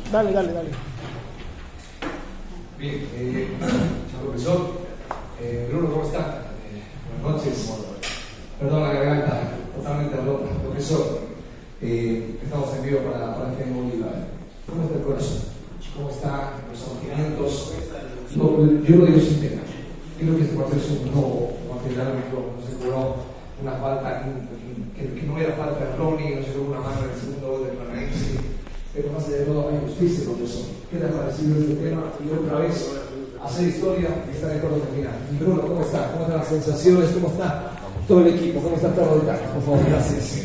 Dale. Bien, señor profesor. Bruno, ¿cómo está? Buenas noches. Perdón la garganta, totalmente rota. Profesor, estamos en vivo para el Bolívar. ¿Cómo está el corazón? ¿Cómo están los sentimientos? Yo lo digo sin pena. Creo que este partido es un nuevo material árbitro. No se cobró una falta que no era falta de Ronnie, no se cobró una mano en el segundo gol del Paranaense. Pero más allá de todo hay justicia, profesor. ¿Qué te ha parecido este tema? Y otra vez, hacer historia y estar de acuerdo terminar. Bruno, ¿cómo está? ¿Cómo están las sensaciones? ¿Cómo está todo el equipo? ¿Cómo está todo el día? Por favor, gracias.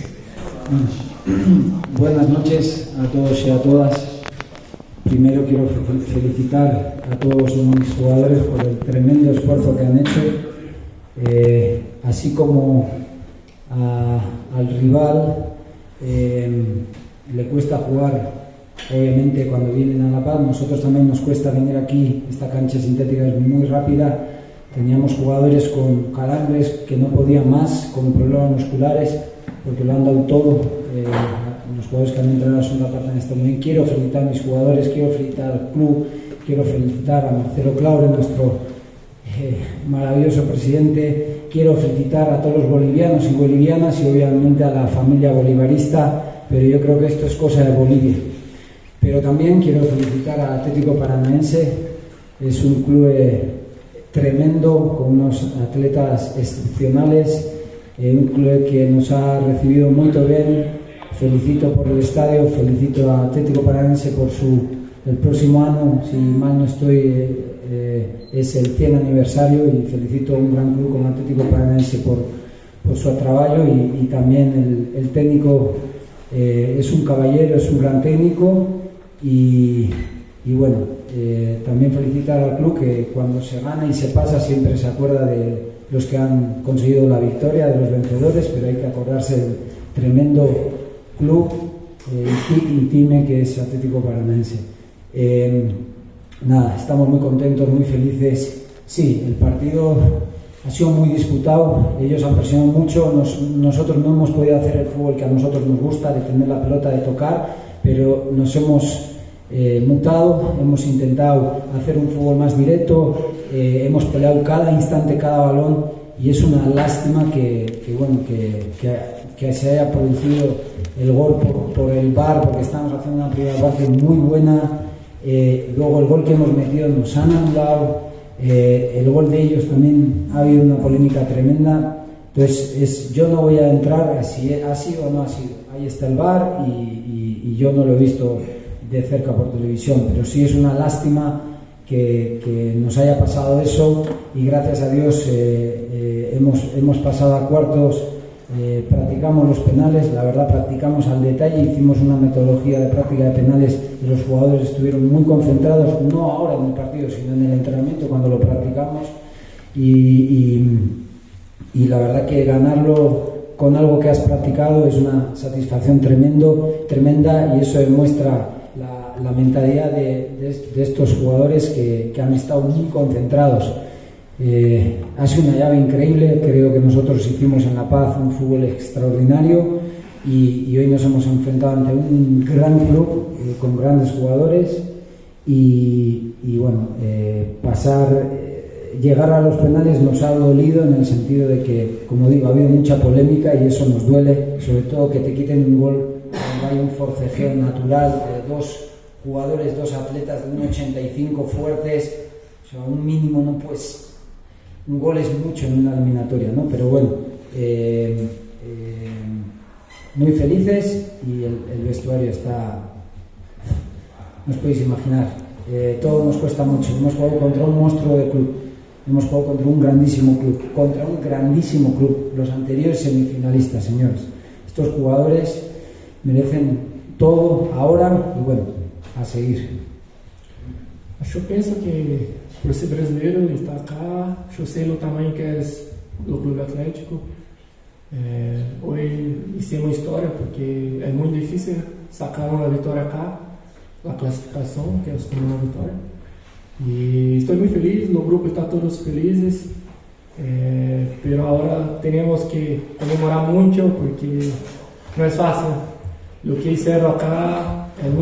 Buenas noches a todos y a todas. Primero quiero felicitar a todos mis jugadores por el tremendo esfuerzo que han hecho, así como al rival le cuesta jugar. Obviamente cuando vienen a La Paz, nosotros también nos cuesta venir aquí. Esta cancha sintética es muy rápida. Teníamos jugadores con calambres que no podían más, con problemas musculares, porque lo han dado todo. Los jugadores que han entrado en la segunda parte han estado muy bien. Quiero felicitar a mis jugadores, quiero felicitar al club, quiero felicitar a Marcelo Claure, nuestro maravilloso presidente. Quiero felicitar a todos los bolivianos y bolivianas y obviamente a la familia bolivarista, pero yo creo que esto es cosa de Bolivia. Pero también quiero felicitar al Atlético Paranaense. Es un club tremendo, con unos atletas excepcionales, un club que nos ha recibido muy bien. Felicito por el estadio, felicito a Atlético Paranaense por el próximo año, si mal no estoy, es el 100 aniversario, y felicito a un gran club como Atlético Paranaense por su trabajo, y también el técnico es un caballero, es un gran técnico, y bueno, también felicitar al club, que cuando se gana y se pasa siempre se acuerda de los que han conseguido la victoria, de los vencedores, pero hay que acordarse del tremendo club y time que es Atlético Paranaense. Nada, estamos muy contentos, muy felices. Sí, el partido ha sido muy disputado, ellos han presionado mucho, nosotros no hemos podido hacer el fútbol que a nosotros nos gusta, de tener la pelota, de tocar, pero nos hemos mutado, hemos intentado hacer un fútbol más directo, hemos peleado cada instante, cada balón, y es una lástima que se haya producido el gol por el VAR, porque estamos haciendo una primera parte muy buena. Luego el gol que hemos metido nos han anulado, el gol de ellos también ha habido una polémica tremenda. Entonces yo no voy a entrar si ha sido o no ha sido, ahí está el VAR, y yo no lo he visto de cerca por televisión, pero sí es una lástima que nos haya pasado eso, y gracias a Dios hemos pasado a cuartos. Practicamos los penales, la verdad practicamos al detalle, hicimos una metodología de práctica de penales y los jugadores estuvieron muy concentrados, no ahora en el partido, sino en el entrenamiento cuando lo practicamos, y la verdad que ganarlo con algo que has practicado es una satisfacción tremenda, y eso demuestra la mentalidad de estos jugadores que han estado muy concentrados. Ha sido una llave increíble. Creo que nosotros hicimos en La Paz un fútbol extraordinario, y hoy nos hemos enfrentado ante un gran club con grandes jugadores, y bueno, llegar a los penales nos ha dolido, en el sentido de que, como digo, ha habido mucha polémica y eso nos duele, sobre todo que te quiten un gol cuando hay un forcejeo natural de dos jugadores, dos atletas de 1,85 fuertes. O sea, un mínimo no puedes. Un gol es mucho en una eliminatoria, ¿no? Pero bueno, muy felices, y el vestuario está, no os podéis imaginar, todo nos cuesta mucho. Hemos jugado contra un monstruo de club, hemos jugado contra un grandísimo club, los anteriores semifinalistas, señores. Estos jugadores merecen todo ahora, y bueno, a seguir. Yo pienso que por ser brasileiro e estar acá, eu sei o tamanho que é o Clube Atlético. Hoje hicimos história, porque é muito difícil sacar uma vitória acá, a classificação, que é a segunda vitória. E estou muito feliz, no grupo está todos felizes, pero agora temos que comemorar muito, porque não é fácil. O que hicieron acá é muito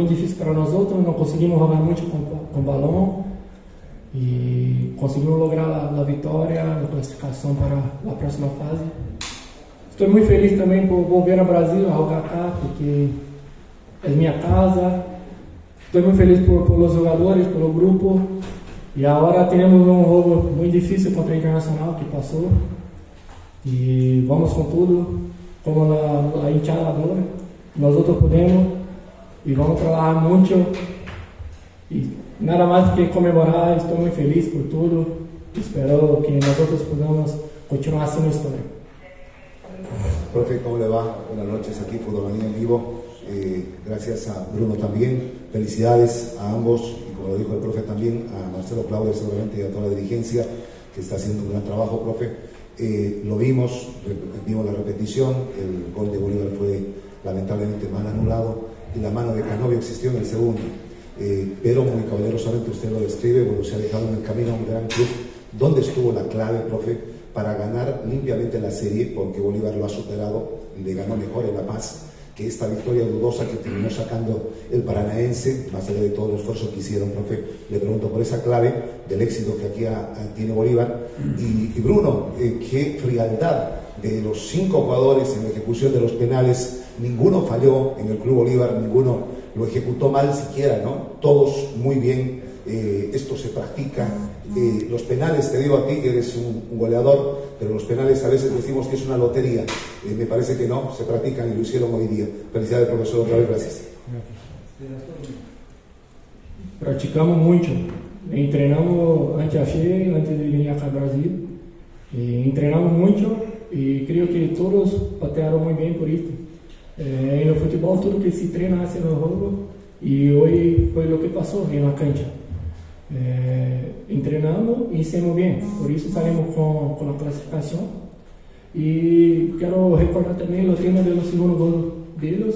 difícil para nosotros, no conseguimos jugar mucho con balón y conseguimos lograr la victoria, la clasificación para la próxima fase. Estoy muy feliz también por volver a Brasil a jugar acá, porque es mi casa. Estoy muy feliz por los jugadores, por el grupo. Y ahora tenemos un juego muy difícil contra el Internacional que pasó. Y vamos con todo, como la hinchada ahora. Nosotros podemos y vamos a trabajar mucho. Y nada más que conmemorar, estoy muy feliz por todo. Espero que nosotros podamos continuar haciendo historia. Profe, ¿cómo le va? Buenas noches, aquí Futbolanía en vivo. Gracias a Bruno también. Felicidades a ambos y, como lo dijo el profe también, a Marcelo Claudio seguramente y a toda la dirigencia que está haciendo un gran trabajo, profe. Lo vimos la repetición, el gol de Bolívar fue lamentablemente mal anulado y la mano de Canovio existió en el segundo. Pero muy caballerosamente usted lo describe, bueno, se ha dejado en el camino a un gran club. ¿Dónde estuvo la clave, profe, para ganar limpiamente la serie? Porque Bolívar lo ha superado, le ganó mejor en La Paz que esta victoria dudosa que terminó sacando el Paranaense, más allá de todo el esfuerzo que hicieron, profe. Le pregunto por esa clave del éxito que aquí tiene Bolívar. Y Bruno, qué frialdad de los 5 jugadores en la ejecución de los penales. Ninguno falló en el Club Bolívar, ninguno lo ejecutó mal siquiera, ¿no? Todos muy bien. Esto se practica. Los penales, te digo a ti que eres un goleador, pero los penales a veces decimos que es una lotería. Me parece que no, se practican y lo hicieron hoy día. Felicidades, profesor, otra vez, gracias. Practicamos mucho. Entrenamos antes de venir acá a Brasil. Entrenamos mucho y creo que todos patearon muy bien por esto. En el fútbol todo que se treina hace el juego y hoy fue lo que pasó en la cancha. Entrenamos y hicimos bien, por eso salimos con la clasificación. Y quiero recordar también los temas de los segundos goles de ellos,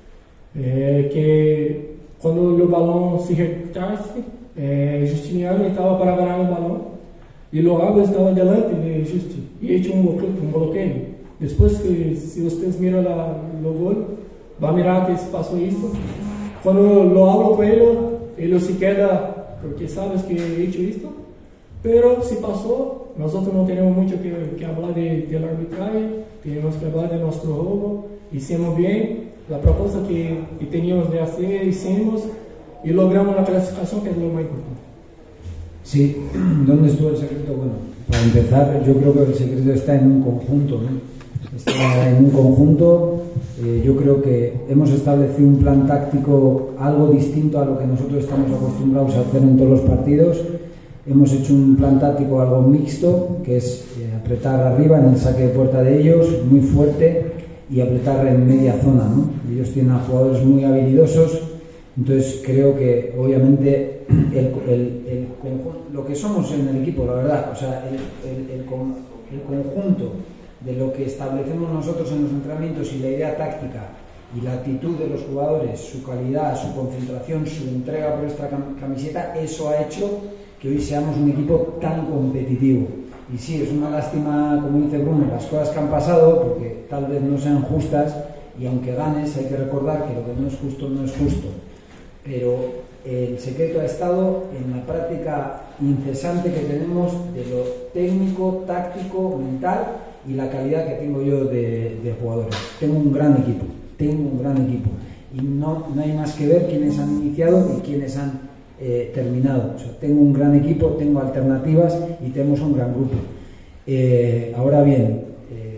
que cuando el balón se retrase, Justiniano estaba para ganar el balón y Loabo estaba delante de Justi y hecho un bloqueo. Después que si ustedes miran el gol, va a mirar que pasó esto. Cuando lo hablo con él se queda porque sabes que he hecho esto, pero si pasó, nosotros no tenemos mucho que hablar del arbitraje, tenemos que hablar de nuestro juego, hicimos bien, la propuesta que teníamos de hacer, hicimos y logramos la clasificación, que es lo más importante. Sí, ¿dónde estuvo el secreto? Bueno, para empezar, yo creo que el secreto está en un conjunto, ¿no? Está en un conjunto. Yo creo que hemos establecido un plan táctico algo distinto a lo que nosotros estamos acostumbrados a hacer en todos los partidos. Hemos hecho un plan táctico algo mixto, que es apretar arriba en el saque de puerta de ellos, muy fuerte, y apretar en media zona, ¿no? Ellos tienen a jugadores muy habilidosos, entonces creo que obviamente lo que somos en el equipo, la verdad, o sea, el conjunto de lo que establecemos nosotros en los entrenamientos y la idea táctica y la actitud de los jugadores, su calidad, su concentración, su entrega por esta camiseta, eso ha hecho que hoy seamos un equipo tan competitivo. Y sí, es una lástima, como dice Bruno, las cosas que han pasado, porque tal vez no sean justas, y aunque ganes hay que recordar que lo que no es justo no es justo. Pero el secreto ha estado en la práctica incesante que tenemos de lo técnico, táctico, mental y la calidad que tengo yo de jugadores. Tengo un gran equipo y no hay más que ver quiénes han iniciado y quiénes han terminado. O sea, tengo un gran equipo, tengo alternativas y tenemos un gran grupo. Ahora bien,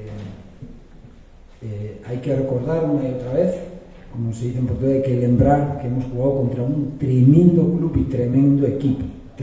hay que recordar una y otra vez, como se dice en portugués, que lembrar que hemos jugado contra un tremendo club y tremendo equipo.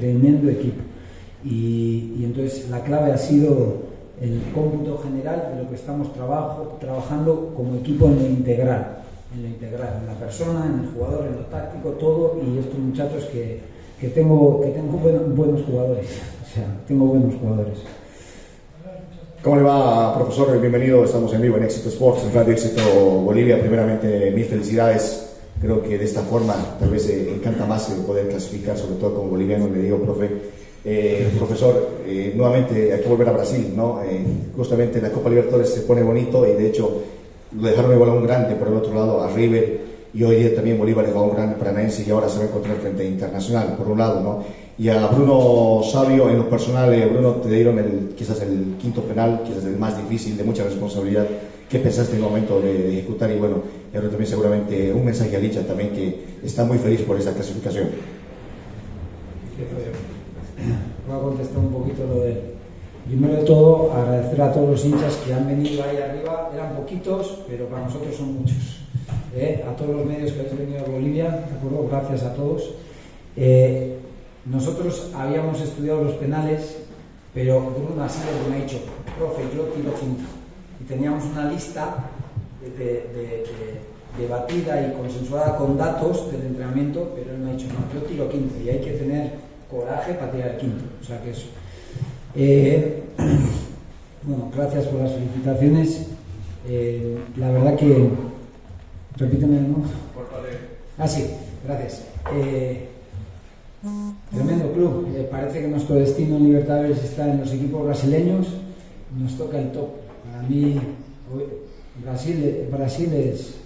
Y entonces la clave ha sido el cómputo general de lo que estamos trabajando como equipo en lo integral, en la persona, en el jugador, en lo táctico, todo, y estos muchachos que tengo buenos jugadores, o sea, tengo buenos jugadores. ¿Cómo le va, profesor? Bienvenido, estamos en vivo en Éxito Sports, en Radio Éxito Bolivia. Primeramente, mil felicidades. Creo que de esta forma tal vez encanta más poder clasificar, sobre todo como boliviano, le digo, profe. Profesor, nuevamente hay que volver a Brasil, ¿no? Justamente la Copa Libertadores se pone bonito y de hecho lo dejaron igual a un grande por el otro lado, a River, y hoy día también Bolívar es un gran paranaense y ahora se va a encontrar frente a Internacional, por un lado, ¿no? Y a Bruno Sabio, en lo personal, Bruno, te dieron quizás el quinto penal, quizás el más difícil, de mucha responsabilidad. ¿Qué pensaste en el momento de ejecutar? Y bueno, ahora también seguramente un mensaje a Licha también, que está muy feliz por esta clasificación. Voy a contestar un poquito lo de... Primero de todo, agradecer a todos los hinchas que han venido ahí arriba. Eran poquitos, pero para nosotros son muchos. A todos los medios que habéis venido a Bolivia, ¿de acuerdo? Gracias a todos. Nosotros habíamos estudiado los penales, pero Bruno ha sido el que me ha dicho, profe, yo tiro quinto. Y teníamos una lista debatida y consensuada con datos del entrenamiento, pero él me ha dicho, no, yo tiro quinto y hay que tener coraje para tirar el quinto. O sea que eso. Bueno, gracias por las felicitaciones. La verdad que... Repíteme, ¿no? Por favor. Ah, sí, gracias. Tremendo club. Parece que nuestro destino en Libertadores está en los equipos brasileños. Nos toca el top. Para mí, Brasil es...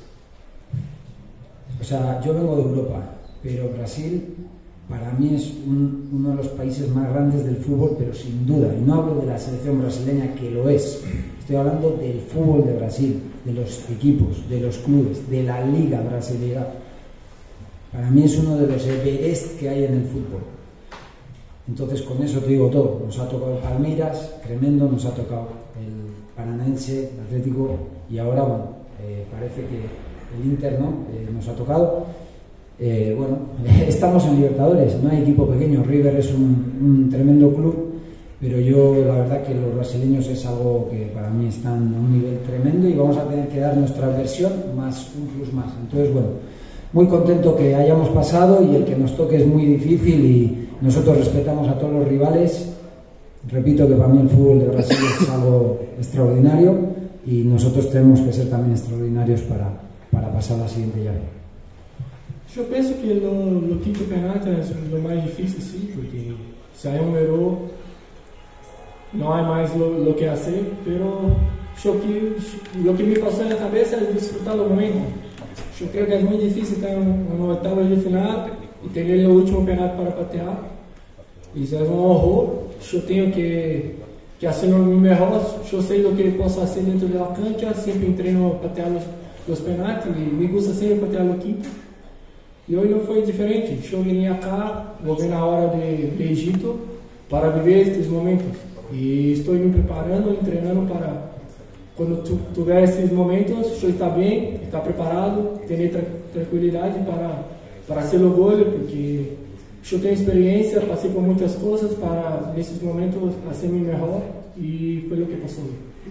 O sea, yo vengo de Europa, pero Brasil para mí es uno de los países más grandes del fútbol, pero sin duda. Y no hablo de la selección brasileña, que lo es. Estoy hablando del fútbol de Brasil, de los equipos, de los clubes, de la liga brasileña. Para mí es uno de los Everest que hay en el fútbol. Entonces, con eso te digo todo. Nos ha tocado Palmeiras, tremendo, nos ha tocado el Paranaense, el Atlético, y ahora, bueno, parece que el Inter, ¿no? Nos ha tocado. Bueno, estamos en Libertadores, no hay equipo pequeño. River es un tremendo club, pero yo la verdad que los brasileños es algo que para mí están a un nivel tremendo y vamos a tener que dar nuestra versión más un plus más. Entonces, bueno, muy contento que hayamos pasado y el que nos toque es muy difícil y nosotros respetamos a todos los rivales. Repito que para mí el fútbol de Brasil es algo extraordinario y nosotros tenemos que ser también extraordinarios para pasar a la siguiente llave. Eu penso que no quinto penalti é o mais difícil, sim, porque se hay un error, no hay más lo que hacer, pero lo que me pasó en la cabeza es disfrutar el momento. Yo creo que es muy difícil estar en una octava de final y tener el último penalti para patear. Y eso es un horror. Yo tengo que hacer mi mejor. Yo sé lo que puedo hacer dentro de la cancha, siempre entreno a patear los penaltis y me gusta siempre patear lo quinto. E hoje não foi diferente. Eu vim cá, vou ver na hora de Egito para viver estes momentos. E estou me preparando, treinando para quando tiver esses momentos, eu estar bem, estar preparado, ter tranquilidade para ser o gol, porque eu tenho experiência, passei por muitas coisas para nesses momentos fazer meu melhor e foi o que passou.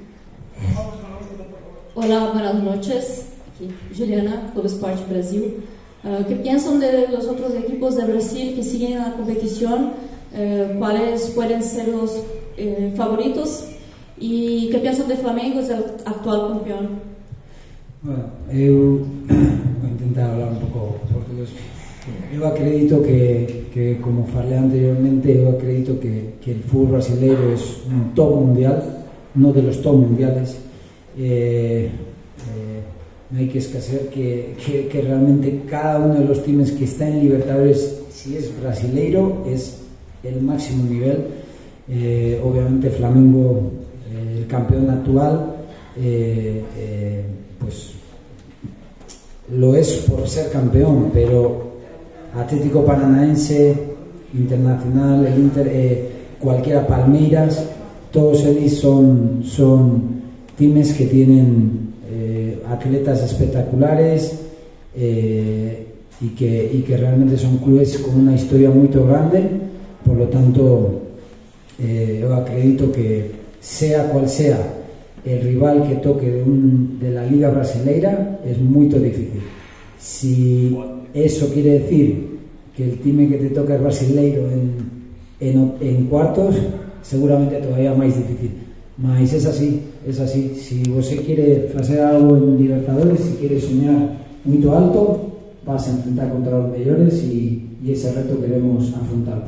Hola, buenas noches. Aquí Juliana, Club Sport Brasil. ¿Qué piensan de los otros equipos de Brasil que siguen en la competición? ¿Cuáles pueden ser los favoritos? ¿Y qué piensan de Flamengo, es el actual campeón? Bueno, eu vou intentar hablar un pouco portugués. Eu acredito que como falei anteriormente, eu acredito que el fútbol brasileiro es un top mundial, no de los top mundiales. No hay que escasear que realmente cada uno de los teams que está en Libertadores, si es brasileiro, es el máximo nivel. Obviamente Flamengo, el campeón actual, pues lo es por ser campeón, pero Atlético Paranaense, Internacional, el Inter, cualquiera, Palmeiras, todos ellos son teams que tienen atletas espectaculares y que realmente son clubes con una historia muy grande. Por lo tanto, yo acredito que sea cual sea el rival que toque de la liga brasileira, es muy difícil. Si eso quiere decir que el time que te toca es brasileiro en cuartos, seguramente todavía más difícil. Mas es así. Si você quiere hacer algo en Libertadores, si quiere soñar muy alto, vas a enfrentar contra los mayores y ese reto queremos afrontar.